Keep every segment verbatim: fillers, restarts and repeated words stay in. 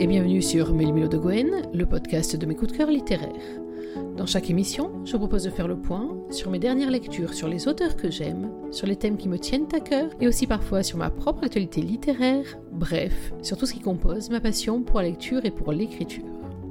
et bienvenue sur Méli Mélo de Gwen, le podcast de mes coups de cœur littéraires. Dans chaque émission, je vous propose de faire le point sur mes dernières lectures, sur les auteurs que j'aime, sur les thèmes qui me tiennent à cœur et aussi parfois sur ma propre actualité littéraire, bref, sur tout ce qui compose ma passion pour la lecture et pour l'écriture.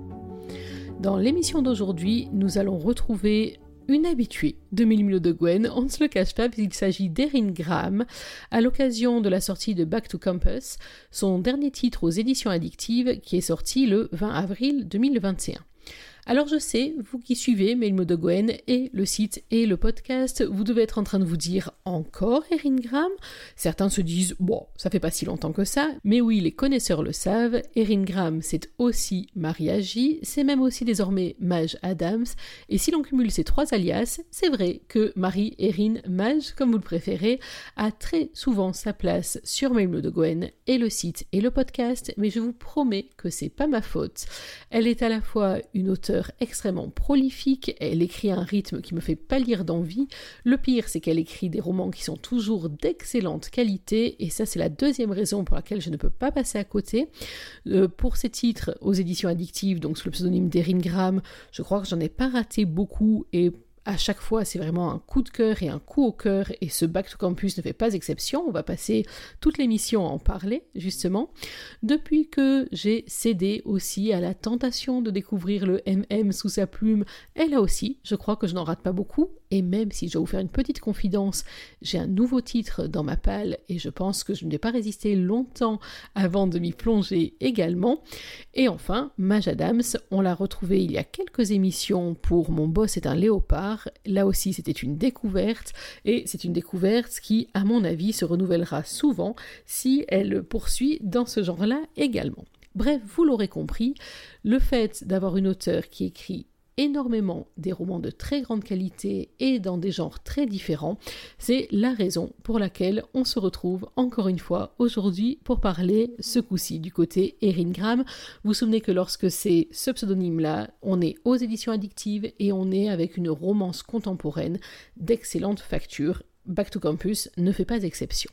Dans l'émission d'aujourd'hui, nous allons retrouver une habituée de Méli Mélo de Gwen, on ne se le cache pas, puisqu'il s'agit d'Erin Graham, à l'occasion de la sortie de Back to Campus, son dernier titre aux éditions addictives qui est sorti le vingt avril deux mille vingt et un. Alors je sais, vous qui suivez Méli Mélo de Gwen et le site et le podcast, vous devez être en train de vous dire « Encore Erin Graham ?» Certains se disent « Bon, ça fait pas si longtemps que ça », mais oui, les connaisseurs le savent, Erin Graham c'est aussi Marie Agi, c'est même aussi désormais Maj Adams, et si l'on cumule ces trois alias, c'est vrai que Marie, Erin, Maj, comme vous le préférez, a très souvent sa place sur Méli Mélo de Gwen et le site et le podcast, mais je vous promets que c'est pas ma faute. Elle est à la fois une auteure extrêmement prolifique, elle écrit à un rythme qui me fait pâlir d'envie. Le pire, c'est qu'elle écrit des romans qui sont toujours d'excellente qualité, et ça c'est la deuxième raison pour laquelle je ne peux pas passer à côté. Euh, pour ces titres aux éditions addictives, donc sous le pseudonyme d'Erin Graham, je crois que j'en ai pas raté beaucoup, et à chaque fois, c'est vraiment un coup de cœur et un coup au cœur, et ce Back to Campus ne fait pas exception. On va passer toute l'émission à en parler, justement. Depuis que j'ai cédé aussi à la tentation de découvrir le M M sous sa plume, et là aussi, je crois que je n'en rate pas beaucoup, et même si je dois vous faire une petite confidence, j'ai un nouveau titre dans ma palle, et je pense que je ne vais pas résister longtemps avant de m'y plonger également. Et enfin, Maj Adams, on l'a retrouvé il y a quelques émissions pour Mon boss est un léopard. Là aussi, c'était une découverte, et c'est une découverte qui, à mon avis, se renouvellera souvent si elle poursuit dans ce genre-là également. Bref, vous l'aurez compris, le fait d'avoir une auteure qui écrit énormément des romans de très grande qualité et dans des genres très différents, c'est la raison pour laquelle on se retrouve encore une fois aujourd'hui pour parler ce coup-ci du côté Erin Graham. Vous vous souvenez que lorsque c'est ce pseudonyme-là, on est aux éditions addictives et on est avec une romance contemporaine d'excellente facture. Back to Campus ne fait pas exception.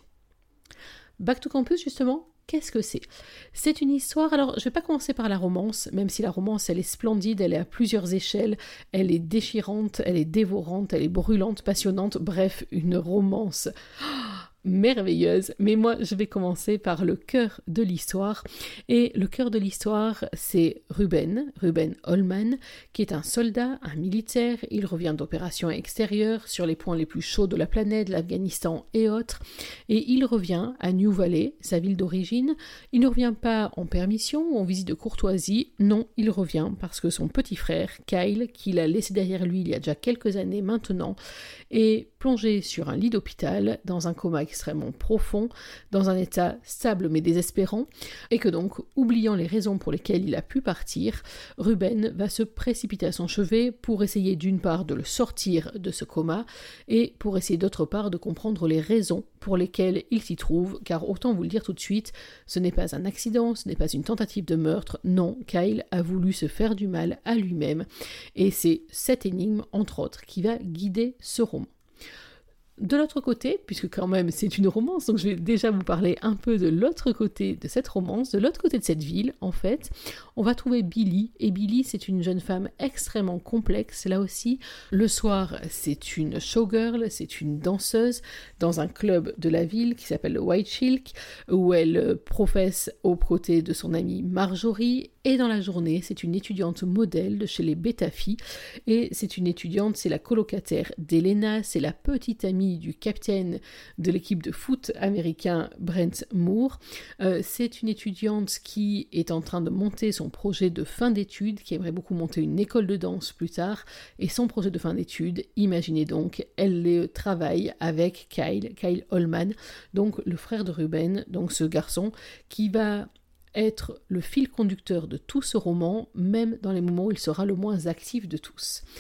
Back to Campus, justement, qu'est-ce que c'est ? C'est une histoire, alors je ne vais pas commencer par la romance, même si la romance elle est splendide, elle est à plusieurs échelles, elle est déchirante, elle est dévorante, elle est brûlante, passionnante, bref, une romance merveilleuse. Mais moi je vais commencer par le cœur de l'histoire, et le cœur de l'histoire c'est Ruben, Ruben Holman, qui est un soldat, un militaire. Il revient d'opérations extérieures sur les points les plus chauds de la planète, l'Afghanistan et autres, et il revient à New Valley, sa ville d'origine. Il ne revient pas en permission ou en visite de courtoisie, non, il revient parce que son petit frère, Kyle, qu'il a laissé derrière lui il y a déjà quelques années maintenant, est plongé sur un lit d'hôpital, dans un coma extrêmement profond, dans un état stable mais désespérant, et que donc, oubliant les raisons pour lesquelles il a pu partir, Ruben va se précipiter à son chevet pour essayer d'une part de le sortir de ce coma, et pour essayer d'autre part de comprendre les raisons pour lesquelles il s'y trouve, car autant vous le dire tout de suite, ce n'est pas un accident, ce n'est pas une tentative de meurtre, non, Kyle a voulu se faire du mal à lui-même, et c'est cette énigme, entre autres, qui va guider ce roman. De l'autre côté, puisque quand même c'est une romance, donc je vais déjà vous parler un peu de l'autre côté de cette romance, de l'autre côté de cette ville, en fait, on va trouver Billy, et Billy c'est une jeune femme extrêmement complexe, là aussi. Le soir, c'est une showgirl, c'est une danseuse dans un club de la ville qui s'appelle le White Shilk, où elle professe aux côtés de son amie Marjorie, et dans la journée, c'est une étudiante modèle de chez les Beta Phi, et c'est une étudiante, c'est la colocataire d'Elena, c'est la petite amie du capitaine de l'équipe de foot américain Brent Moore. Euh, c'est une étudiante qui est en train de monter son projet de fin d'études, qui aimerait beaucoup monter une école de danse plus tard, et son projet de fin d'études, imaginez donc, elle le travaille avec Kyle, Kyle Holman, donc le frère de Ruben, donc ce garçon qui va être le fil conducteur de tout ce roman, même dans les moments où il sera le moins actif de tous.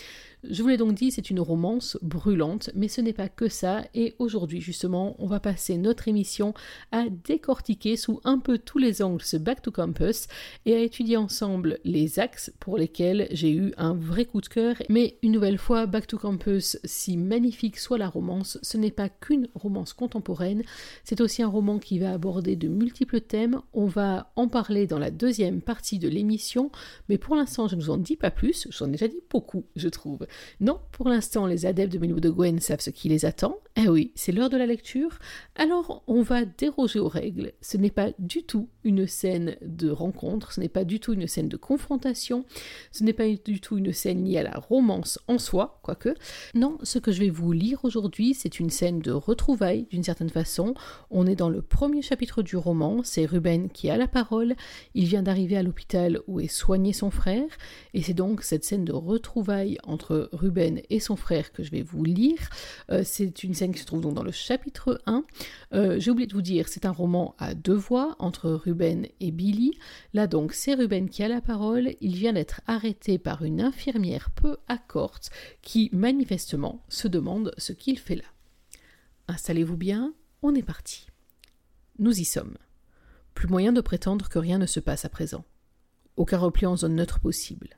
Je vous l'ai donc dit, c'est une romance brûlante, mais ce n'est pas que ça, et aujourd'hui justement, on va passer notre émission à décortiquer sous un peu tous les angles ce Back to Campus et à étudier ensemble les axes pour lesquels j'ai eu un vrai coup de cœur. Mais une nouvelle fois, Back to Campus, si magnifique soit la romance, ce n'est pas qu'une romance contemporaine, c'est aussi un roman qui va aborder de multiples thèmes. On va en parler dans la deuxième partie de l'émission, mais pour l'instant je ne vous en dis pas plus, j'en ai déjà dit beaucoup je trouve. Non, pour l'instant les adeptes de Méliou de Gwen savent ce qui les attend. Eh oui, c'est l'heure de la lecture, alors on va déroger aux règles. Ce n'est pas du tout une scène de rencontre, ce n'est pas du tout une scène de confrontation, ce n'est pas du tout une scène liée à la romance en soi, quoique. Non, ce que je vais vous lire aujourd'hui, c'est une scène de retrouvailles d'une certaine façon. On est dans le premier chapitre du roman, c'est Ruben qui a la parole, il vient d'arriver à l'hôpital où est soigné son frère, et c'est donc cette scène de retrouvailles entre Ruben et son frère que je vais vous lire. Euh, c'est une scène qui se trouve donc dans le chapitre un. Euh, j'ai oublié de vous dire, c'est un roman à deux voix entre Ruben et Billy. Là donc, c'est Ruben qui a la parole. Il vient d'être arrêté par une infirmière peu accorte qui manifestement se demande ce qu'il fait là. Installez-vous bien, on est parti. Nous y sommes. Plus moyen de prétendre que rien ne se passe à présent. Aucun repli en zone neutre possible.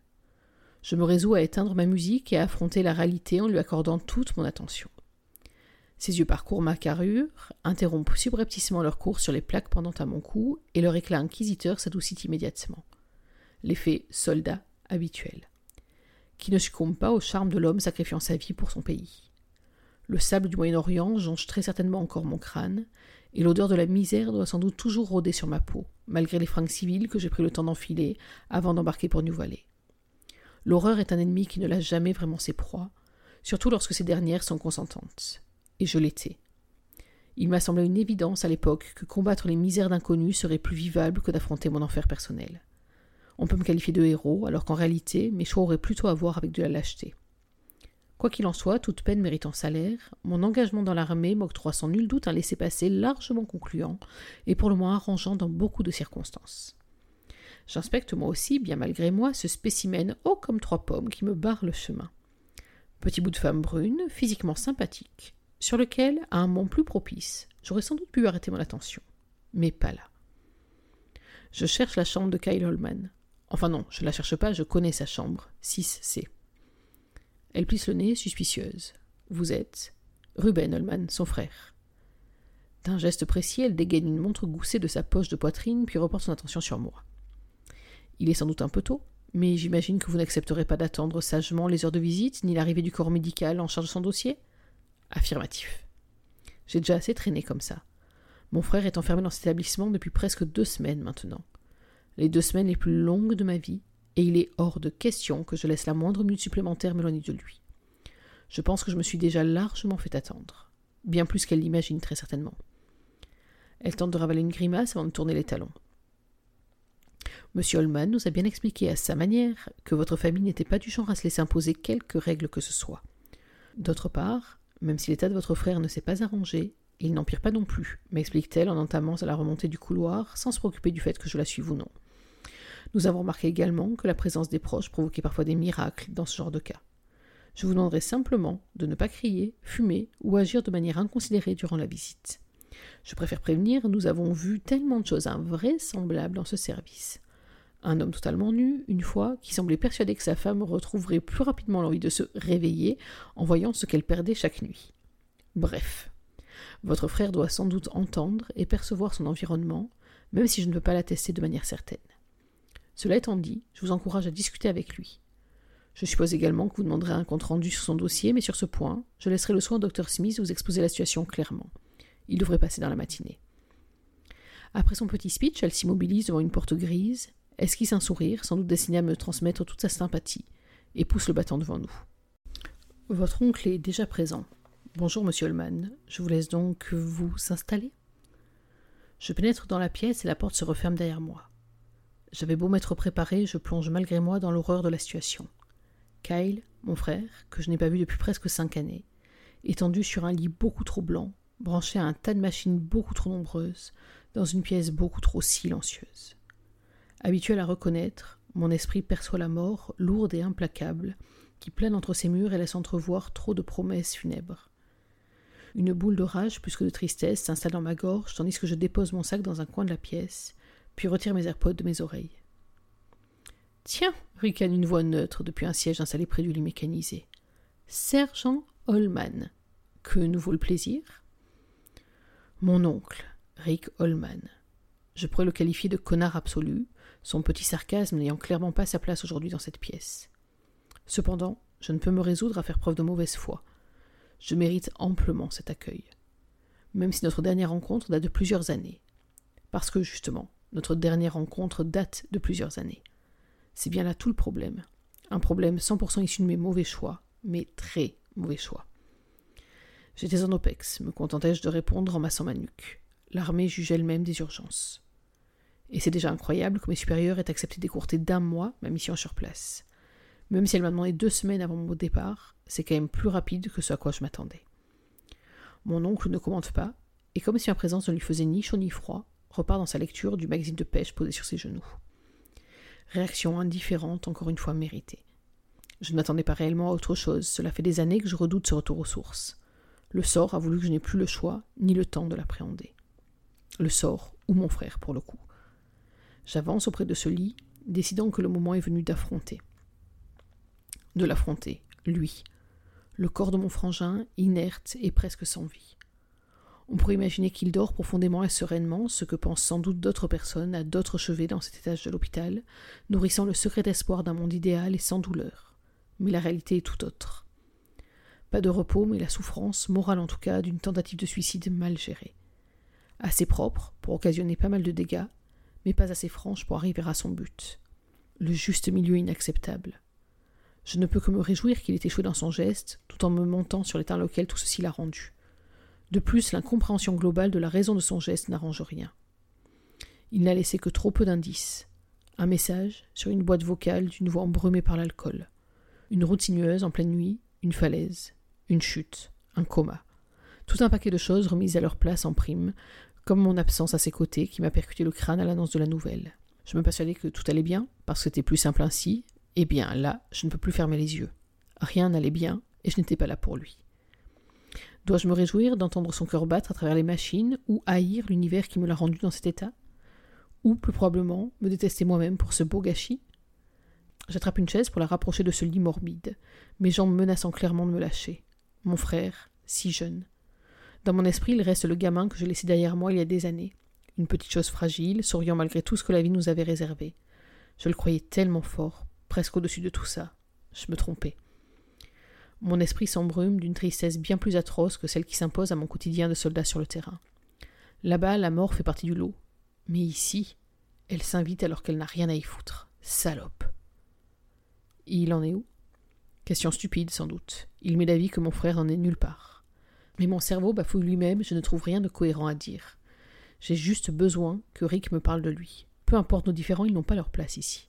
Je me résous à éteindre ma musique et à affronter la réalité en lui accordant toute mon attention. Ses yeux parcourent ma carrure, interrompent subrepticement leur cours sur les plaques pendant à mon cou, et leur éclat inquisiteur s'adoucit immédiatement. L'effet soldat habituel. Qui ne succombe pas au charme de l'homme sacrifiant sa vie pour son pays. Le sable du Moyen-Orient jonche très certainement encore mon crâne, et l'odeur de la misère doit sans doute toujours rôder sur ma peau, malgré les fringues civiles que j'ai pris le temps d'enfiler avant d'embarquer pour New Valley. L'horreur est un ennemi qui ne lâche jamais vraiment ses proies, surtout lorsque ces dernières sont consentantes. Et je l'étais. Il m'a semblé une évidence à l'époque que combattre les misères d'inconnus serait plus vivable que d'affronter mon enfer personnel. On peut me qualifier de héros, alors qu'en réalité, mes choix auraient plutôt à voir avec de la lâcheté. Quoi qu'il en soit, toute peine méritant salaire, mon engagement dans l'armée m'octroie sans nul doute un laissez-passer largement concluant et pour le moins arrangeant dans beaucoup de circonstances. J'inspecte moi aussi, bien malgré moi, ce spécimen haut comme trois pommes qui me barre le chemin. Petit bout de femme brune, physiquement sympathique, sur lequel, à un moment plus propice, j'aurais sans doute pu arrêter mon attention. Mais pas là. Je cherche la chambre de Kyle Holman. Enfin non, je ne la cherche pas, je connais sa chambre, six C. Elle plisse le nez, suspicieuse. Vous êtes Ruben Holman, son frère. D'un geste précis, elle dégaine une montre goussée de sa poche de poitrine, puis reporte son attention sur moi. Il est sans doute un peu tôt, mais j'imagine que vous n'accepterez pas d'attendre sagement les heures de visite, ni l'arrivée du corps médical en charge de son dossier ? Affirmatif. J'ai déjà assez traîné comme ça. Mon frère est enfermé dans cet établissement depuis presque deux semaines maintenant. Les deux semaines les plus longues de ma vie, et il est hors de question que je laisse la moindre minute supplémentaire m'éloigner de lui. Je pense que je me suis déjà largement fait attendre. Bien plus qu'elle l'imagine très certainement. Elle tente de ravaler une grimace avant de tourner les talons. Monsieur Holman nous a bien expliqué à sa manière que votre famille n'était pas du genre à se laisser imposer quelque règle que ce soit. D'autre part, même si l'état de votre frère ne s'est pas arrangé, il n'empire pas non plus, m'explique-t-elle en entamant à la remontée du couloir sans se préoccuper du fait que je la suive ou non. Nous avons remarqué également que la présence des proches provoquait parfois des miracles dans ce genre de cas. Je vous demanderai simplement de ne pas crier, fumer ou agir de manière inconsidérée durant la visite. Je préfère prévenir, nous avons vu tellement de choses invraisemblables dans ce service. Un homme totalement nu, une fois, qui semblait persuadé que sa femme retrouverait plus rapidement l'envie de se réveiller en voyant ce qu'elle perdait chaque nuit. Bref, votre frère doit sans doute entendre et percevoir son environnement, même si je ne peux pas l'attester de manière certaine. Cela étant dit, je vous encourage à discuter avec lui. Je suppose également que vous demanderez un compte-rendu sur son dossier, mais sur ce point, je laisserai le soin au docteur Smith de vous exposer la situation clairement. Il devrait passer dans la matinée. Après son petit speech, elle s'immobilise devant une porte grise, esquisse un sourire, sans doute destiné à me transmettre toute sa sympathie, et pousse le battant devant nous. Votre oncle est déjà présent. Bonjour, monsieur Holman. Je vous laisse donc vous installer. Je pénètre dans la pièce et la porte se referme derrière moi. J'avais beau m'être préparé, je plonge malgré moi dans l'horreur de la situation. Kyle, mon frère, que je n'ai pas vu depuis presque cinq années, étendu sur un lit beaucoup trop blanc, branché à un tas de machines beaucoup trop nombreuses, dans une pièce beaucoup trop silencieuse. Habituel à reconnaître, mon esprit perçoit la mort, lourde et implacable, qui plane entre ses murs et laisse entrevoir trop de promesses funèbres. Une boule de rage plus que de tristesse s'installe dans ma gorge tandis que je dépose mon sac dans un coin de la pièce, puis retire mes AirPods de mes oreilles. « Tiens !» ricane une voix neutre depuis un siège installé près du lit mécanisé. « Sergent Holman. Que nous vaut le plaisir ?» Mon oncle, Rick Holman. Je pourrais le qualifier de connard absolu, son petit sarcasme n'ayant clairement pas sa place aujourd'hui dans cette pièce. Cependant, je ne peux me résoudre à faire preuve de mauvaise foi. Je mérite amplement cet accueil. Même si notre dernière rencontre date de plusieurs années. Parce que, justement, notre dernière rencontre date de plusieurs années. C'est bien là tout le problème. Un problème cent pour cent issu de mes mauvais choix, mais très mauvais choix. J'étais en OPEX, me contentais-je de répondre en massant ma nuque. L'armée juge elle-même des urgences. Et c'est déjà incroyable que mes supérieurs aient accepté d'écourter d'un mois ma mission sur place. Même si elle m'a demandé deux semaines avant mon départ, c'est quand même plus rapide que ce à quoi je m'attendais. Mon oncle ne commente pas, et comme si ma présence ne lui faisait ni chaud ni froid, repart dans sa lecture du magazine de pêche posé sur ses genoux. Réaction indifférente, encore une fois méritée. Je ne m'attendais pas réellement à autre chose, cela fait des années que je redoute ce retour aux sources. Le sort a voulu que je n'ai plus le choix, ni le temps de l'appréhender. Le sort, ou mon frère pour le coup. J'avance auprès de ce lit, décidant que le moment est venu d'affronter. De l'affronter, lui. Le corps de mon frangin, inerte et presque sans vie. On pourrait imaginer qu'il dort profondément et sereinement, ce que pensent sans doute d'autres personnes à d'autres chevets dans cet étage de l'hôpital, nourrissant le secret espoir d'un monde idéal et sans douleur. Mais la réalité est tout autre. Pas de repos, mais la souffrance, morale en tout cas, d'une tentative de suicide mal gérée. Assez propre pour occasionner pas mal de dégâts, mais pas assez franche pour arriver à son but. Le juste milieu inacceptable. Je ne peux que me réjouir qu'il ait échoué dans son geste, tout en me montant sur l'état auquel tout ceci l'a rendu. De plus, l'incompréhension globale de la raison de son geste n'arrange rien. Il n'a laissé que trop peu d'indices. Un message sur une boîte vocale d'une voix embrumée par l'alcool. Une route sinueuse en pleine nuit, une falaise, une chute, un coma. Tout un paquet de choses remises à leur place en prime, comme mon absence à ses côtés qui m'a percuté le crâne à l'annonce de la nouvelle. Je me persuadais que tout allait bien, parce que c'était plus simple ainsi. Eh bien, là, je ne peux plus fermer les yeux. Rien n'allait bien, et je n'étais pas là pour lui. Dois-je me réjouir d'entendre son cœur battre à travers les machines, ou haïr l'univers qui me l'a rendu dans cet état? Ou, plus probablement, me détester moi-même pour ce beau gâchis? J'attrape une chaise pour la rapprocher de ce lit morbide, mes jambes menaçant clairement de me lâcher. Mon frère, si jeune. Dans mon esprit, il reste le gamin que j'ai laissé derrière moi il y a des années. Une petite chose fragile, souriant malgré tout ce que la vie nous avait réservé. Je le croyais tellement fort, presque au-dessus de tout ça. Je me trompais. Mon esprit s'embrume d'une tristesse bien plus atroce que celle qui s'impose à mon quotidien de soldat sur le terrain. Là-bas, la mort fait partie du lot. Mais ici, elle s'invite alors qu'elle n'a rien à y foutre. Salope. Il en est où? Question stupide, sans doute. Il m'est d'avis que mon frère n'en est nulle part. Mais mon cerveau bafouille lui-même, je ne trouve rien de cohérent à dire. J'ai juste besoin que Rick me parle de lui. Peu importe nos différends, ils n'ont pas leur place ici.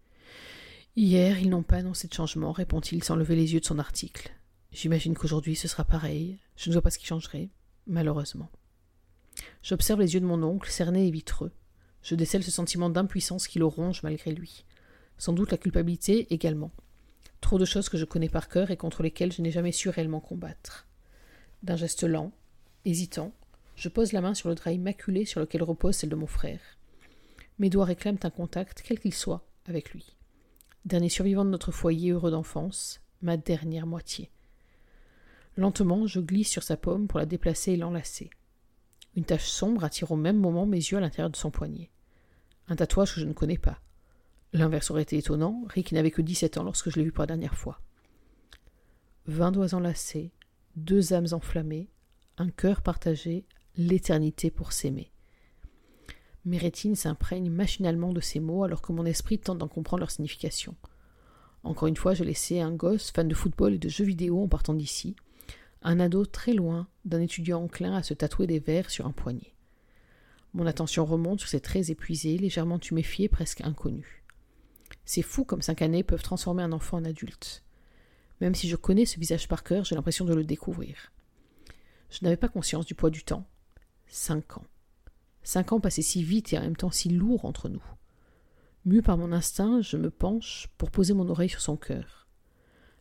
Hier, ils n'ont pas annoncé de changement, répond-il sans lever les yeux de son article. J'imagine qu'aujourd'hui ce sera pareil. Je ne vois pas ce qui changerait, malheureusement. J'observe les yeux de mon oncle, cernés et vitreux. Je décèle ce sentiment d'impuissance qui le ronge malgré lui. Sans doute la culpabilité également. Trop de choses que je connais par cœur et contre lesquelles je n'ai jamais su réellement combattre. D'un geste lent, hésitant, je pose la main sur le drap immaculé sur lequel repose celle de mon frère. Mes doigts réclament un contact, quel qu'il soit, avec lui. Dernier survivant de notre foyer heureux d'enfance, ma dernière moitié. Lentement, je glisse sur sa paume pour la déplacer et l'enlacer. Une tache sombre attire au même moment mes yeux à l'intérieur de son poignet. Un tatouage que je ne connais pas. L'inverse aurait été étonnant, Rick n'avait que dix-sept ans lorsque je l'ai vu pour la dernière fois. Vingt doigts enlacés, deux âmes enflammées, un cœur partagé, l'éternité pour s'aimer. Mes rétines s'imprègnent machinalement de ces mots alors que mon esprit tente d'en comprendre leur signification. Encore une fois, j'ai laissé un gosse fan de football et de jeux vidéo en partant d'ici, un ado très loin d'un étudiant enclin à se tatouer des vers sur un poignet. Mon attention remonte sur ces traits épuisés, légèrement tuméfiés, presque inconnus. C'est fou comme cinq années peuvent transformer un enfant en adulte. Même si je connais ce visage par cœur, j'ai l'impression de le découvrir. Je n'avais pas conscience du poids du temps. Cinq ans. Cinq ans passés si vite et en même temps si lourds entre nous. Mue par mon instinct, je me penche pour poser mon oreille sur son cœur.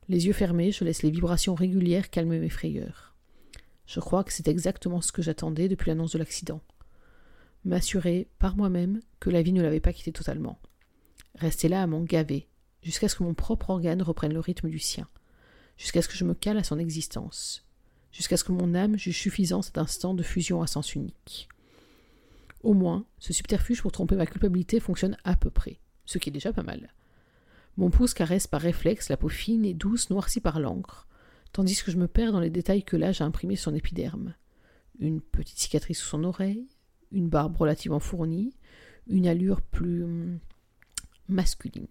Les yeux fermés, je laisse les vibrations régulières calmer mes frayeurs. Je crois que c'est exactement ce que j'attendais depuis l'annonce de l'accident. M'assurer, par moi-même, que la vie ne l'avait pas quitté totalement. Rester là à m'en gaver, jusqu'à ce que mon propre organe reprenne le rythme du sien, jusqu'à ce que je me cale à son existence, jusqu'à ce que mon âme juge suffisant cet instant de fusion à sens unique. Au moins, ce subterfuge pour tromper ma culpabilité fonctionne à peu près, ce qui est déjà pas mal. Mon pouce caresse par réflexe la peau fine et douce noircie par l'encre, tandis que je me perds dans les détails que l'âge a imprimés sur son épiderme. Une petite cicatrice sous son oreille, une barbe relativement fournie, une allure plus hum, masculine.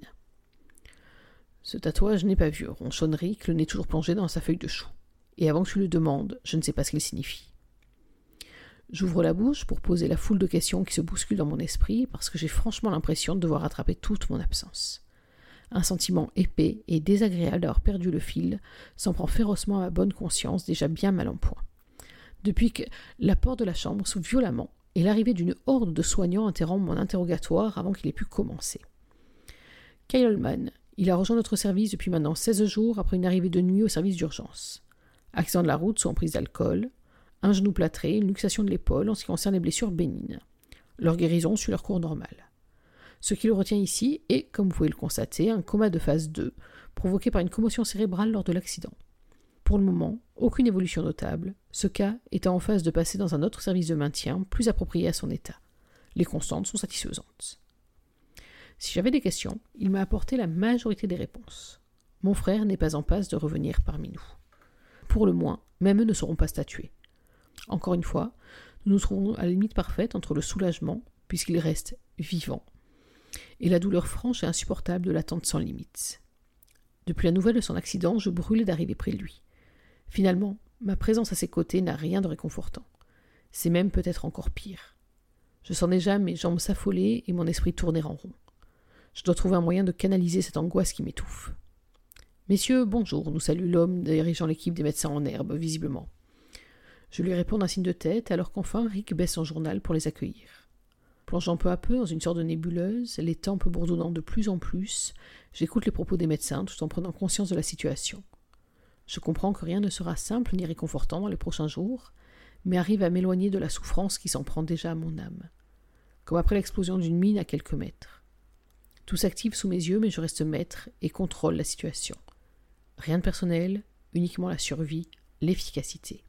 Ce tatouage n'est pas vieux, ronchonne Rick, le nez toujours plongé dans sa feuille de chou. Et avant que tu le demandes, je ne sais pas ce qu'il signifie. J'ouvre la bouche pour poser la foule de questions qui se bousculent dans mon esprit, parce que j'ai franchement l'impression de devoir rattraper toute mon absence. Un sentiment épais et désagréable d'avoir perdu le fil s'en prend férocement à ma bonne conscience, déjà bien mal en point. Depuis que la porte de la chambre s'ouvre violemment et l'arrivée d'une horde de soignants interrompt mon interrogatoire avant qu'il ait pu commencer. Kyle Holman, il a rejoint notre service depuis maintenant seize jours après une arrivée de nuit au service d'urgence. Accident de la route sous emprise d'alcool, un genou plâtré, une luxation de l'épaule en ce qui concerne les blessures bénignes. Leur guérison suit leur cours normal. Ce qui le retient ici est, comme vous pouvez le constater, un coma de phase deux, provoqué par une commotion cérébrale lors de l'accident. Pour le moment, aucune évolution notable, ce cas étant en phase de passer dans un autre service de maintien plus approprié à son état. Les constantes sont satisfaisantes. Si j'avais des questions, il m'a apporté la majorité des réponses. Mon frère n'est pas en passe de revenir parmi nous. Pour le moins, même eux ne seront pas statués. Encore une fois, nous nous trouvons à la limite parfaite entre le soulagement, puisqu'il reste vivant, et la douleur franche et insupportable de l'attente sans limite. Depuis la nouvelle de son accident, je brûlais d'arriver près de lui. Finalement, ma présence à ses côtés n'a rien de réconfortant. C'est même peut-être encore pire. Je sens déjà mes jambes s'affoler et mon esprit tourner en rond. Je dois trouver un moyen de canaliser cette angoisse qui m'étouffe. « Messieurs, bonjour », nous salue l'homme dirigeant l'équipe des médecins en herbe, visiblement. Je lui réponds d'un signe de tête, alors qu'enfin Rick baisse son journal pour les accueillir. Plongeant peu à peu dans une sorte de nébuleuse, les tempes bourdonnant de plus en plus, j'écoute les propos des médecins tout en prenant conscience de la situation. Je comprends que rien ne sera simple ni réconfortant dans les prochains jours, mais arrive à m'éloigner de la souffrance qui s'en prend déjà à mon âme. Comme après l'explosion d'une mine à quelques mètres. Tout s'active sous mes yeux, mais je reste maître et contrôle la situation. Rien de personnel, uniquement la survie, l'efficacité.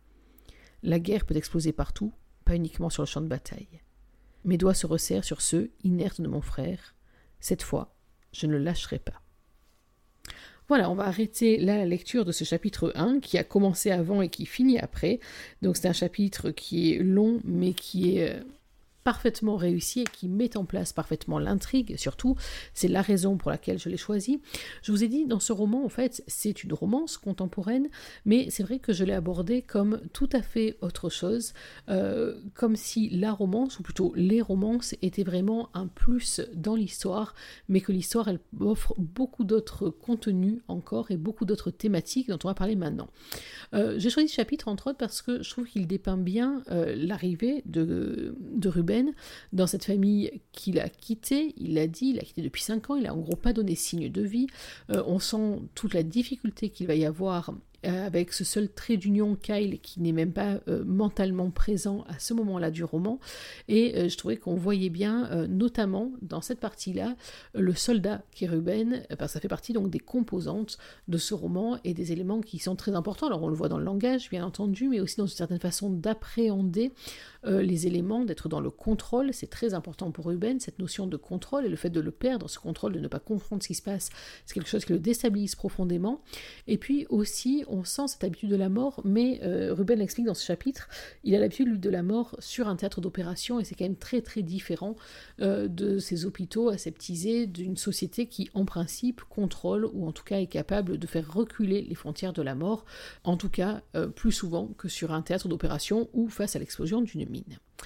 La guerre peut exploser partout, pas uniquement sur le champ de bataille. Mes doigts se resserrent sur ceux, inertes de mon frère. Cette fois, je ne le lâcherai pas. Voilà, on va arrêter là la lecture de ce chapitre un, qui a commencé avant et qui finit après. Donc c'est un chapitre qui est long, mais qui est euh, parfaitement réussi et qui met en place parfaitement l'intrigue, surtout. C'est la raison pour laquelle je l'ai choisi. Je vous ai dit, dans ce roman, en fait, c'est une romance contemporaine, mais c'est vrai que je l'ai abordée comme tout à fait autre chose, euh, comme si la romance, ou plutôt les romances, étaient vraiment un plus dans l'histoire, mais que l'histoire, elle offre beaucoup d'autres contenus encore et beaucoup d'autres thématiques dont on va parler maintenant. Euh, j'ai choisi ce chapitre, entre autres, parce que je trouve qu'il dépeint bien euh, l'arrivée de, de Ruben dans cette famille qu'il a quittée. Il l'a dit, il a quitté depuis cinq ans, il a en gros pas donné signe de vie. Euh, on sent toute la difficulté qu'il va y avoir euh, avec ce seul trait d'union, Kyle, qui n'est même pas euh, mentalement présent à ce moment-là du roman. Et euh, je trouvais qu'on voyait bien, euh, notamment dans cette partie-là, euh, le soldat qui est Ruben, euh, parce que ça fait partie donc des composantes de ce roman et des éléments qui sont très importants. Alors on le voit dans le langage, bien entendu, mais aussi dans une certaine façon d'appréhender Euh, les éléments, d'être dans le contrôle. C'est très important pour Ruben, cette notion de contrôle, et le fait de le perdre, ce contrôle, de ne pas comprendre ce qui se passe, c'est quelque chose qui le déstabilise profondément. Et puis aussi, on sent cette habitude de la mort, mais euh, Ruben l'explique dans ce chapitre, il a l'habitude lui, de la mort sur un théâtre d'opération, et c'est quand même très très différent euh, de ces hôpitaux aseptisés, d'une société qui en principe contrôle, ou en tout cas est capable de faire reculer les frontières de la mort, en tout cas euh, plus souvent que sur un théâtre d'opération ou face à l'explosion d'une mine.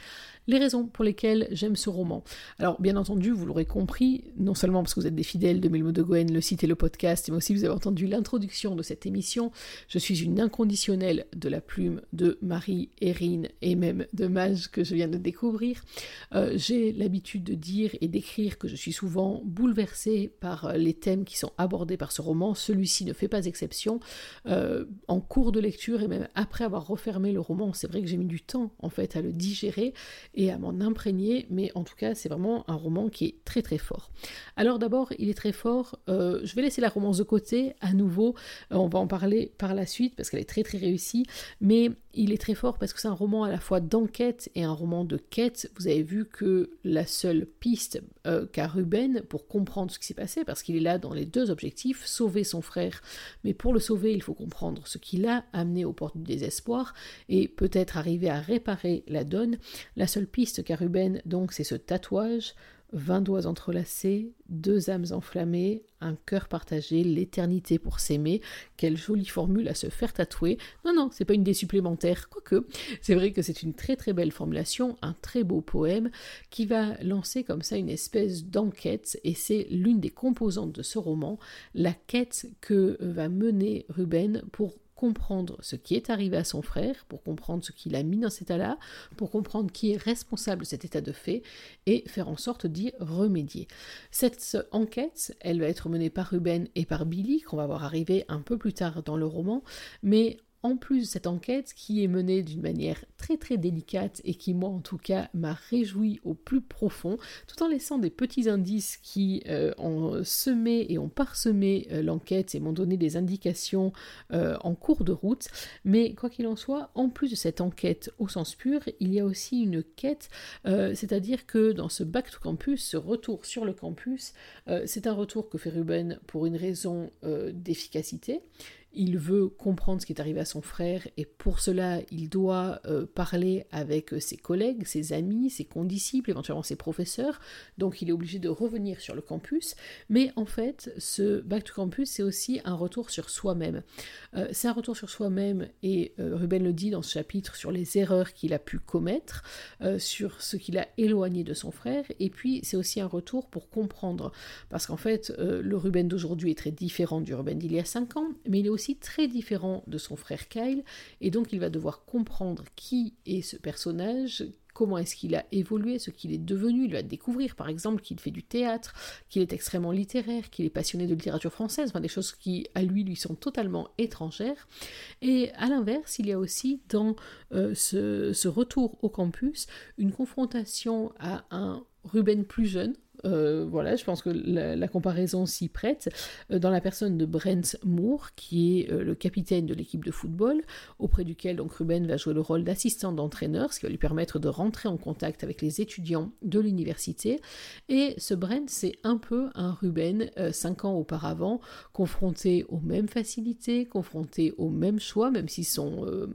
Les raisons pour lesquelles j'aime ce roman. Alors, bien entendu, vous l'aurez compris, non seulement parce que vous êtes des fidèles de Melmoth de Goën, le site et le podcast, mais aussi vous avez entendu l'introduction de cette émission. Je suis une inconditionnelle de la plume de Marie, Erin et même de Maj que je viens de découvrir. Euh, j'ai l'habitude de dire et d'écrire que je suis souvent bouleversée par les thèmes qui sont abordés par ce roman. Celui-ci ne fait pas exception. Euh, en cours de lecture et même après avoir refermé le roman, c'est vrai que j'ai mis du temps en fait à le digérer et à m'en imprégner, mais en tout cas c'est vraiment un roman qui est très très fort. Alors d'abord il est très fort, euh, je vais laisser la romance de côté à nouveau, euh, on va en parler par la suite parce qu'elle est très très réussie, mais il est très fort parce que c'est un roman à la fois d'enquête et un roman de quête. Vous avez vu que la seule piste euh, qu'a Ruben pour comprendre ce qui s'est passé, parce qu'il est là dans les deux objectifs, sauver son frère, mais pour le sauver il faut comprendre ce qui l'a amené aux portes du désespoir et peut-être arriver à réparer la donne. La seule piste qu'a Ruben donc c'est ce tatouage, vingt doigts entrelacés, deux âmes enflammées, un cœur partagé, l'éternité pour s'aimer. Quelle jolie formule à se faire tatouer. Non, non, c'est pas une idée supplémentaire, quoique. C'est vrai que c'est une très très belle formulation, un très beau poème qui va lancer comme ça une espèce d'enquête et c'est l'une des composantes de ce roman, la quête que va mener Ruben pour comprendre ce qui est arrivé à son frère, pour comprendre ce qui l'a mis dans cet état-là, pour comprendre qui est responsable de cet état de fait et faire en sorte d'y remédier. Cette enquête, elle va être menée par Ruben et par Billy, qu'on va voir arriver un peu plus tard dans le roman, mais en plus de cette enquête qui est menée d'une manière très très délicate et qui moi en tout cas m'a réjoui au plus profond, tout en laissant des petits indices qui euh, ont semé et ont parsemé euh, l'enquête et m'ont donné des indications euh, en cours de route, mais quoi qu'il en soit, en plus de cette enquête au sens pur, il y a aussi une quête, euh, c'est-à-dire que dans ce back to campus, ce retour sur le campus, euh, c'est un retour que fait Ruben pour une raison euh, d'efficacité. Il veut comprendre ce qui est arrivé à son frère et pour cela, il doit euh, parler avec ses collègues, ses amis, ses condisciples, éventuellement ses professeurs. Donc il est obligé de revenir sur le campus. Mais en fait, ce Back to Campus, c'est aussi un retour sur soi-même. Euh, c'est un retour sur soi-même et euh, Ruben le dit dans ce chapitre sur les erreurs qu'il a pu commettre, euh, sur ce qu'il a éloigné de son frère. Et puis c'est aussi un retour pour comprendre. Parce qu'en fait, euh, le Ruben d'aujourd'hui est très différent du Ruben d'il y a cinq ans, mais il est aussi très différent de son frère Kyle, et donc il va devoir comprendre qui est ce personnage, comment est-ce qu'il a évolué, ce qu'il est devenu. Il va découvrir par exemple qu'il fait du théâtre, qu'il est extrêmement littéraire, qu'il est passionné de littérature française, enfin des choses qui à lui lui sont totalement étrangères. Et à l'inverse, il y a aussi dans euh, ce, ce retour au campus une confrontation à un Ruben plus jeune. Euh, voilà, je pense que la, la comparaison s'y prête, euh, dans la personne de Brent Moore, qui est euh, le capitaine de l'équipe de football, auprès duquel donc Ruben va jouer le rôle d'assistant d'entraîneur, ce qui va lui permettre de rentrer en contact avec les étudiants de l'université. Et ce Brent, c'est un peu un Ruben, euh, cinq ans auparavant, confronté aux mêmes facilités, confronté aux mêmes choix, même si son euh,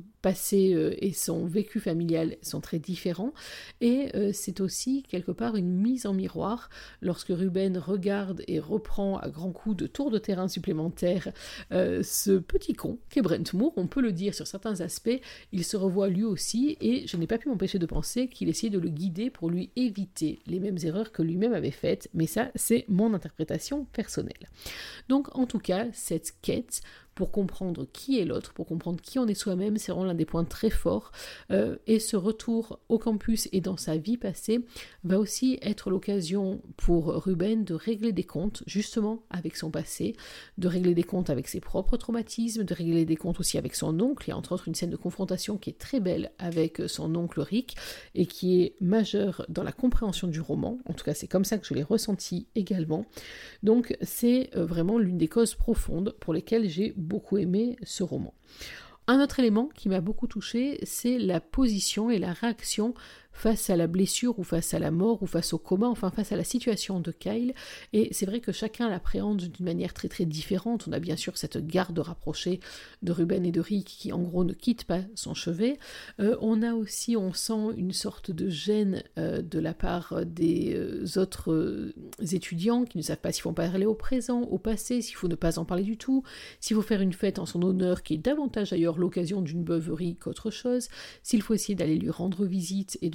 passé euh, et son vécu familial sont très différents. Et euh, c'est aussi quelque part une mise en miroir lorsque Ruben regarde et reprend à grands coups de tours de terrain supplémentaires euh, ce petit con qu'est Brent Moore, on peut le dire sur certains aspects, il se revoit lui aussi et je n'ai pas pu m'empêcher de penser qu'il essayait de le guider pour lui éviter les mêmes erreurs que lui-même avait faites, mais ça c'est mon interprétation personnelle. Donc en tout cas, cette quête pour comprendre qui est l'autre, pour comprendre qui on est soi-même, c'est vraiment l'un des points très forts. Euh, et ce retour au campus et dans sa vie passée va aussi être l'occasion pour Ruben de régler des comptes justement avec son passé, de régler des comptes avec ses propres traumatismes, de régler des comptes aussi avec son oncle. Il y a entre autres une scène de confrontation qui est très belle avec son oncle Rick et qui est majeure dans la compréhension du roman. En tout cas, c'est comme ça que je l'ai ressenti également. Donc, c'est vraiment l'une des causes profondes pour lesquelles j'ai beaucoup aimé ce roman. Un autre élément qui m'a beaucoup touchée, c'est la position et la réaction face à la blessure ou face à la mort ou face au coma, enfin face à la situation de Kyle. Et c'est vrai que chacun l'appréhende d'une manière très très différente. On a bien sûr cette garde rapprochée de Ruben et de Rick qui en gros ne quitte pas son chevet. Euh, on a aussi, on sent une sorte de gêne euh, de la part des euh, autres euh, étudiants qui ne savent pas s'il faut parler au présent, au passé, s'il faut ne pas en parler du tout, s'il faut faire une fête en son honneur qui est davantage d'ailleurs l'occasion d'une beuverie qu'autre chose, s'il faut essayer d'aller lui rendre visite et de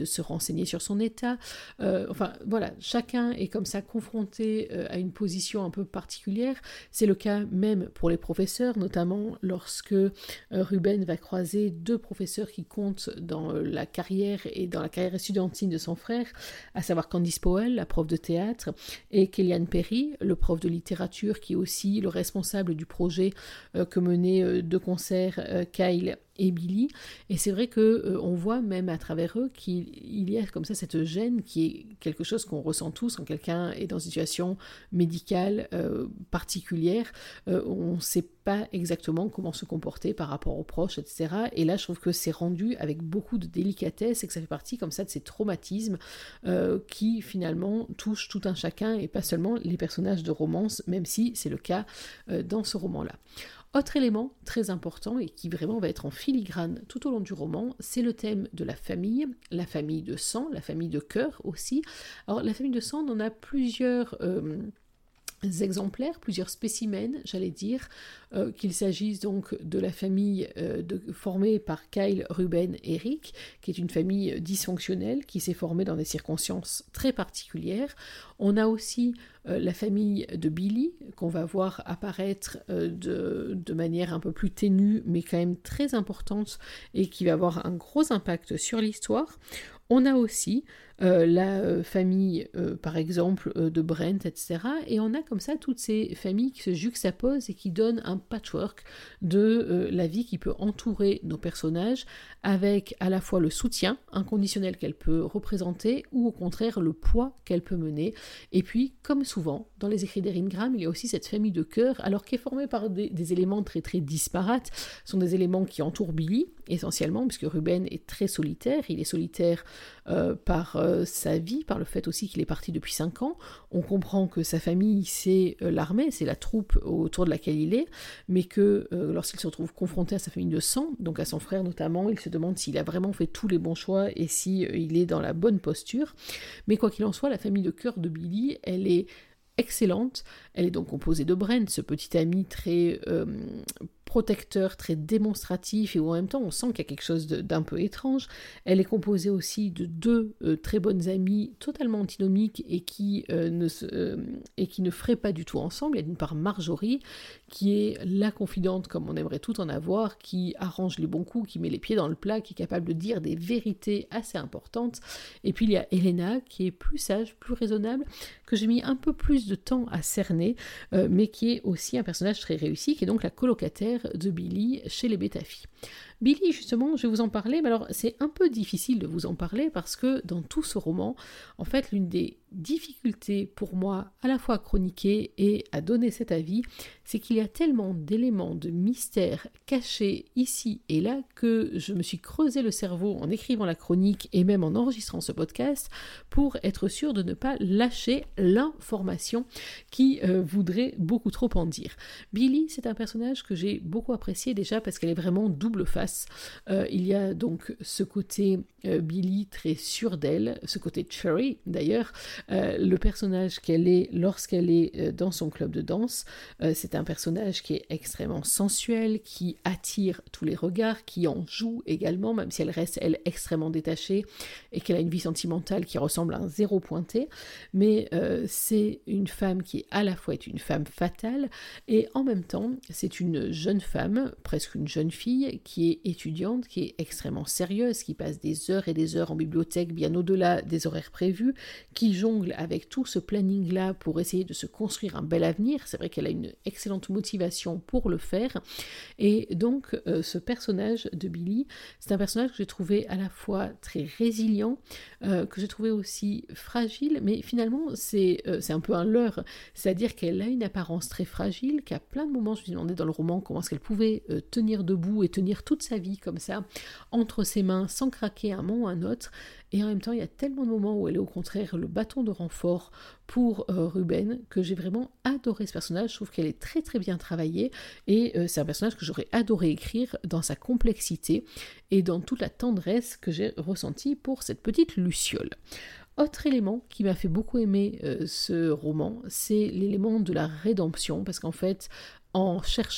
se renseigner sur son état. Euh, enfin voilà, chacun est comme ça confronté euh, à une position un peu particulière. C'est le cas même pour les professeurs, notamment lorsque euh, Ruben va croiser deux professeurs qui comptent dans euh, la carrière et dans la carrière estudiantine de son frère, à savoir Candice Powell, la prof de théâtre, et Kellyanne Perry, le prof de littérature, qui est aussi le responsable du projet euh, que menaient euh, de concert euh, Kyle et Billy. Et c'est vrai que euh, on voit même à travers eux qu'il il y a comme ça cette gêne qui est quelque chose qu'on ressent tous quand quelqu'un est dans une situation médicale euh, particulière. Euh, on ne sait pas exactement comment se comporter par rapport aux proches, et cetera. Et là, je trouve que c'est rendu avec beaucoup de délicatesse et que ça fait partie comme ça de ces traumatismes euh, qui finalement touchent tout un chacun et pas seulement les personnages de romance, même si c'est le cas euh, dans ce roman-là. Autre élément très important et qui vraiment va être en filigrane tout au long du roman, c'est le thème de la famille, la famille de sang, la famille de cœur aussi. Alors la famille de sang, on en a plusieurs euh, exemplaires, plusieurs spécimens, j'allais dire, euh, qu'il s'agisse donc de la famille euh, de, formée par Kyle, Ruben et Rick, qui est une famille dysfonctionnelle qui s'est formée dans des circonstances très particulières. On a aussi euh, la famille de Billy, qu'on va voir apparaître euh, de, de manière un peu plus ténue, mais quand même très importante, et qui va avoir un gros impact sur l'histoire. On a aussi euh, la euh, famille, euh, par exemple, euh, de Brent, et cetera. Et on a comme ça toutes ces familles qui se juxtaposent et qui donnent un patchwork de euh, la vie qui peut entourer nos personnages, avec à la fois le soutien inconditionnel qu'elle peut représenter, ou au contraire le poids qu'elle peut mener. Et puis, comme souvent, dans les écrits d'Erin Graham, il y a aussi cette famille de cœur, alors qui est formée par des, des éléments très très disparates. Ce sont des éléments qui entourent Billy, essentiellement, puisque Ruben est très solitaire. Il est solitaire euh, par euh, sa vie, par le fait aussi qu'il est parti depuis cinq ans. On comprend que sa famille, c'est euh, l'armée, c'est la troupe autour de laquelle il est, mais que euh, lorsqu'il se retrouve confronté à sa famille de sang, donc à son frère notamment, il se demande s'il a vraiment fait tous les bons choix et si euh, il est dans la bonne posture. Mais quoi qu'il en soit, la famille de cœur de Billy, elle est excellente. Elle est donc composée de Brent, ce petit ami très euh, protecteur, très démonstratif, et où en même temps on sent qu'il y a quelque chose de, d'un peu étrange. Elle est composée aussi de deux euh, très bonnes amies totalement antinomiques et qui, euh, ne se, euh, et qui ne feraient pas du tout ensemble. Il y a d'une part Marjorie, qui est la confidente comme on aimerait tout en avoir, qui arrange les bons coups, qui met les pieds dans le plat, qui est capable de dire des vérités assez importantes. Et puis il y a Elena, qui est plus sage, plus raisonnable, que j'ai mis un peu plus de temps à cerner, euh, mais qui est aussi un personnage très réussi, qui est donc la colocataire de Billy chez les Betafi. Billy, justement, je vais vous en parler, mais alors c'est un peu difficile de vous en parler parce que dans tout ce roman, en fait, l'une des difficultés pour moi, à la fois à chroniquer et à donner cet avis, c'est qu'il y a tellement d'éléments de mystère cachés ici et là que je me suis creusé le cerveau en écrivant la chronique et même en enregistrant ce podcast pour être sûr de ne pas lâcher l'information qui euh, voudrait beaucoup trop en dire. Billy, c'est un personnage que j'ai beaucoup apprécié déjà parce qu'elle est vraiment double face. Euh, il y a donc ce côté euh, Billy très sûr d'elle, ce côté Cherry d'ailleurs, euh, le personnage qu'elle est lorsqu'elle est euh, dans son club de danse, euh, c'est un personnage qui est extrêmement sensuel, qui attire tous les regards, qui en joue également, même si elle reste elle extrêmement détachée et qu'elle a une vie sentimentale qui ressemble à un zéro pointé, mais euh, c'est une femme qui à la fois est une femme fatale et en même temps c'est une jeune femme, presque une jeune fille qui est étudiante, qui est extrêmement sérieuse, qui passe des heures et des heures en bibliothèque bien au-delà des horaires prévus, qui jongle avec tout ce planning-là pour essayer de se construire un bel avenir. C'est vrai qu'elle a une excellente motivation pour le faire. Et donc, euh, ce personnage de Billy, c'est un personnage que j'ai trouvé à la fois très résilient, euh, que j'ai trouvé aussi fragile, mais finalement, c'est, euh, c'est un peu un leurre. C'est-à-dire qu'elle a une apparence très fragile, qu'à plein de moments, je me suis demandé dans le roman comment est-ce qu'elle pouvait euh, tenir debout et tenir toute sa vie comme ça, entre ses mains, sans craquer un moment ou un autre. Et en même temps, il y a tellement de moments où elle est au contraire le bâton de renfort pour euh, Ruben, que j'ai vraiment adoré ce personnage. Je trouve qu'elle est très très bien travaillée, et euh, c'est un personnage que j'aurais adoré écrire dans sa complexité et dans toute la tendresse que j'ai ressentie pour cette petite Luciole. Autre élément qui m'a fait beaucoup aimer euh, ce roman, c'est l'élément de la rédemption, parce qu'en fait, en cherchant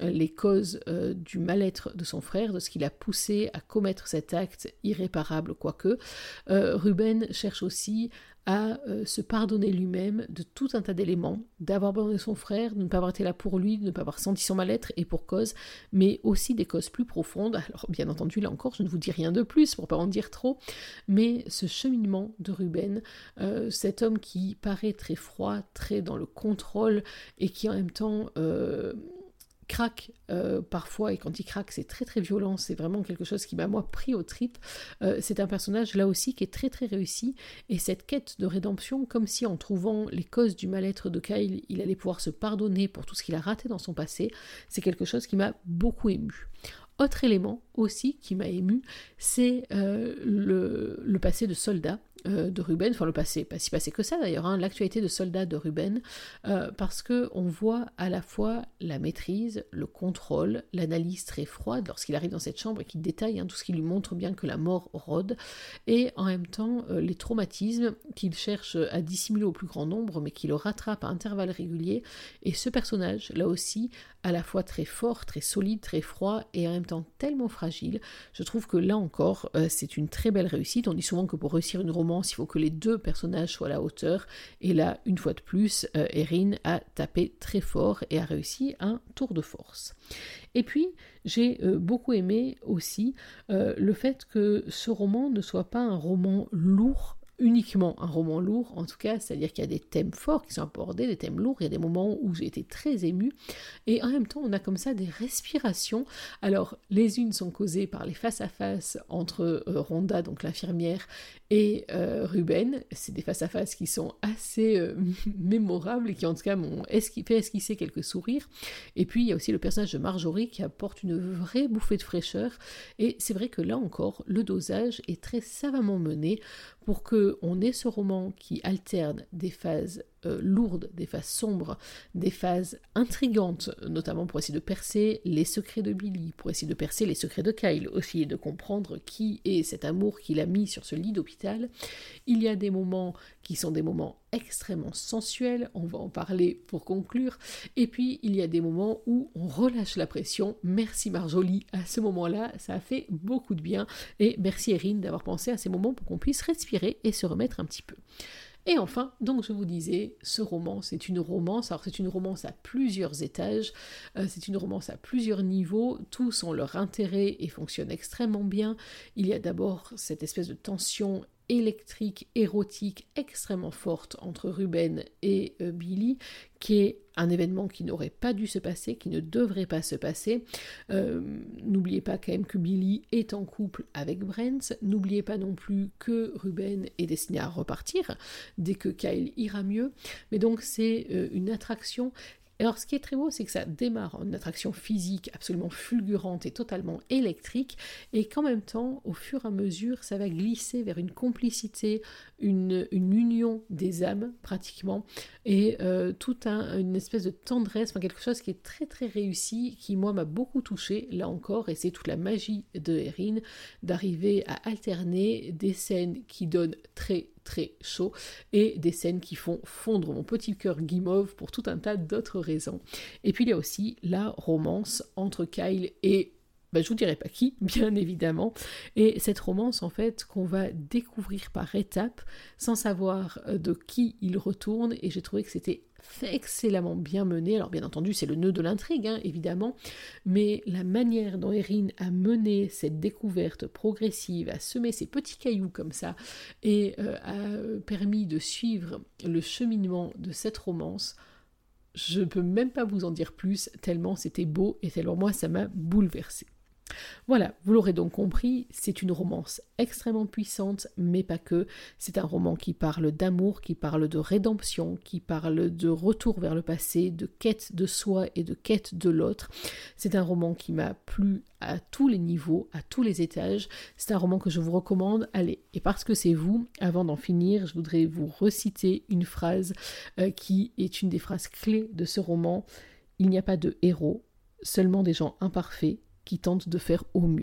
les causes euh, du mal-être de son frère, de ce qui l'a poussé à commettre cet acte irréparable, quoique. Euh, Ruben cherche aussi à euh, se pardonner lui-même de tout un tas d'éléments, d'avoir abandonné son frère, de ne pas avoir été là pour lui, de ne pas avoir senti son mal-être et pour cause, mais aussi des causes plus profondes. Alors bien entendu, là encore, je ne vous dis rien de plus pour ne pas en dire trop, mais ce cheminement de Ruben, euh, cet homme qui paraît très froid, très dans le contrôle et qui en même temps... Euh, craque euh, parfois, et quand il craque c'est très très violent, c'est vraiment quelque chose qui m'a moi pris aux tripes. Euh, c'est un personnage là aussi qui est très très réussi, et cette quête de rédemption, comme si en trouvant les causes du mal-être de Kyle, il allait pouvoir se pardonner pour tout ce qu'il a raté dans son passé, c'est quelque chose qui m'a beaucoup ému. Autre élément aussi qui m'a ému, c'est euh, le, le passé de soldat euh, de Ruben, enfin le passé, pas si passé que ça d'ailleurs, hein, l'actualité de soldat de Ruben, euh, parce qu'on voit à la fois la maîtrise, le contrôle, l'analyse très froide lorsqu'il arrive dans cette chambre et qu'il détaille hein, tout ce qui lui montre bien que la mort rôde, et en même temps euh, les traumatismes qu'il cherche à dissimuler au plus grand nombre, mais qui le rattrape à intervalles réguliers, et ce personnage, là aussi, à la fois très fort, très solide, très froid, et en même temps tellement fragile. Je trouve que là encore, euh, c'est une très belle réussite. On dit souvent que pour réussir une romance, il faut que les deux personnages soient à la hauteur, et là, une fois de plus, euh, Erin a tapé très fort et a réussi un tour de force. Et puis, j'ai euh, beaucoup aimé aussi euh, le fait que ce roman ne soit pas un roman lourd, uniquement un roman lourd, en tout cas, c'est-à-dire qu'il y a des thèmes forts qui sont abordés, des thèmes lourds, il y a des moments où j'ai été très émue, et en même temps, on a comme ça des respirations. Alors, les unes sont causées par les face-à-face entre euh, Rhonda, donc l'infirmière, et euh, Ruben. C'est des face-à-face qui sont assez euh, mémorables, et qui en tout cas m'ont esqui- fait esquisser quelques sourires. Et puis, il y a aussi le personnage de Marjorie qui apporte une vraie bouffée de fraîcheur, et c'est vrai que là encore, le dosage est très savamment mené pour qu'on ait ce roman qui alterne des phases euh, lourdes, des phases sombres, des phases intrigantes, notamment pour essayer de percer les secrets de Billy, pour essayer de percer les secrets de Kyle aussi, et de comprendre qui est cet amour qu'il a mis sur ce lit d'hôpital. Il y a des moments qui sont des moments extrêmement sensuels, on va en parler pour conclure, et puis il y a des moments où on relâche la pression. Merci Marjorie, à ce moment-là, ça a fait beaucoup de bien, et merci Erin d'avoir pensé à ces moments pour qu'on puisse respirer et se remettre un petit peu. Et enfin, donc je vous disais, ce roman, c'est une romance, alors c'est une romance à plusieurs étages, euh, c'est une romance à plusieurs niveaux, tous ont leur intérêt et fonctionnent extrêmement bien. Il y a d'abord cette espèce de tension électrique, érotique, extrêmement forte entre Ruben et euh, Billy, qui est un événement qui n'aurait pas dû se passer, qui ne devrait pas se passer. Euh, n'oubliez pas quand même que Billy est en couple avec Brent, n'oubliez pas non plus que Ruben est destiné à repartir dès que Kyle ira mieux, mais donc c'est euh, une attraction. Alors ce qui est très beau, c'est que ça démarre en une attraction physique absolument fulgurante et totalement électrique, et qu'en même temps, au fur et à mesure, ça va glisser vers une complicité, une, une union des âmes pratiquement, et euh, toute un, une espèce de tendresse, enfin, quelque chose qui est très très réussi, qui moi m'a beaucoup touchée là encore, et c'est toute la magie de Erin d'arriver à alterner des scènes qui donnent très très chaud et des scènes qui font fondre mon petit cœur guimauve pour tout un tas d'autres raisons. Et puis il y a aussi la romance entre Kyle et ben, je vous dirai pas qui, bien évidemment, et cette romance en fait qu'on va découvrir par étapes sans savoir de qui il retourne, et j'ai trouvé que c'était excellemment bien mené. Alors bien entendu c'est le nœud de l'intrigue hein, évidemment, mais la manière dont Erin a mené cette découverte progressive, a semé ces petits cailloux comme ça, et euh, a permis de suivre le cheminement de cette romance, je ne peux même pas vous en dire plus, tellement c'était beau et tellement moi ça m'a bouleversée. Voilà, vous l'aurez donc compris, c'est une romance extrêmement puissante, mais pas que. C'est un roman qui parle d'amour, qui parle de rédemption, qui parle de retour vers le passé, de quête de soi et de quête de l'autre. C'est un roman qui m'a plu à tous les niveaux, à tous les étages. C'est un roman que je vous recommande. Allez, et parce que c'est vous, avant d'en finir, je voudrais vous reciter une phrase euh, qui est une des phrases clés de ce roman. Il n'y a pas de héros, seulement des gens imparfaits qui tentent de faire au mieux.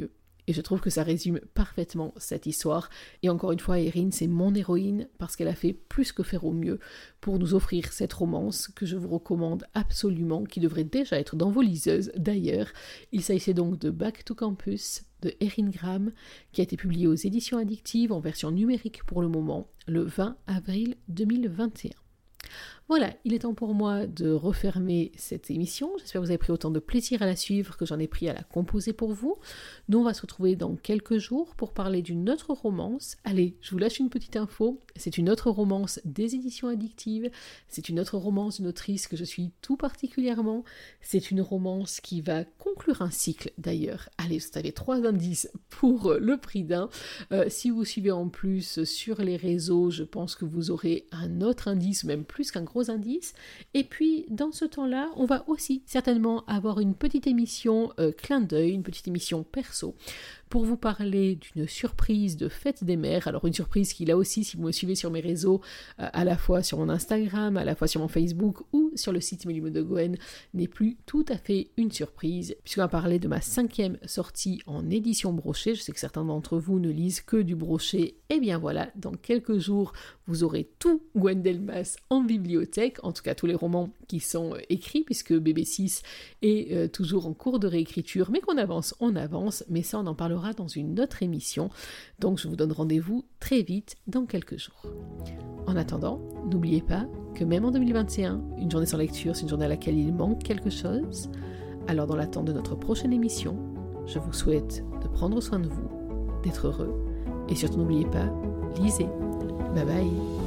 et je trouve que ça résume parfaitement cette histoire. Et encore une fois, Erin, c'est mon héroïne parce qu'elle a fait plus que faire au mieux pour nous offrir cette romance que je vous recommande absolument, qui devrait déjà être dans vos liseuses d'ailleurs. Il s'agissait donc de Back to Campus de Erin Graham, qui a été publié aux éditions addictives en version numérique pour le moment, le vingt avril deux mille vingt et un. Voilà, il est temps pour moi de refermer cette émission. J'espère que vous avez pris autant de plaisir à la suivre que j'en ai pris à la composer pour vous. Nous, on va se retrouver dans quelques jours pour parler d'une autre romance. Allez, je vous lâche une petite info. C'est une autre romance des éditions addictives. C'est une autre romance d'une autrice que je suis tout particulièrement. C'est une romance qui va conclure un cycle d'ailleurs. Allez, vous avez trois indices pour le prix d'un. Euh, si vous suivez en plus sur les réseaux, je pense que vous aurez un autre indice, même plus qu'un gros indice. Et puis dans ce temps-là, on va aussi certainement avoir une petite émission euh, clin d'œil, une petite émission perso pour vous parler d'une surprise de fête des mères. Alors une surprise qui là aussi, si vous me suivez sur mes réseaux, euh, à la fois sur mon Instagram, à la fois sur mon Facebook ou sur le site Mélimau de Goën, n'est plus tout à fait une surprise, puisqu'on va parler de ma cinquième sortie en édition brochée. Je sais que certains d'entre vous ne lisent que du brochet. Et bien voilà, dans quelques jours, vous aurez tout Gwen Delmas en bibliothèque, en tout cas tous les romans qui sont euh, écrits, puisque B B six est euh, toujours en cours de réécriture, mais qu'on avance, on avance, mais ça on en parlera dans une autre émission. Donc je vous donne rendez-vous très vite dans quelques jours. En attendant, n'oubliez pas que même en deux mille vingt et un, une journée sans lecture, c'est une journée à laquelle il manque quelque chose. Alors dans l'attente de notre prochaine émission, je vous souhaite de prendre soin de vous, d'être heureux, et surtout n'oubliez pas, lisez. Bye bye.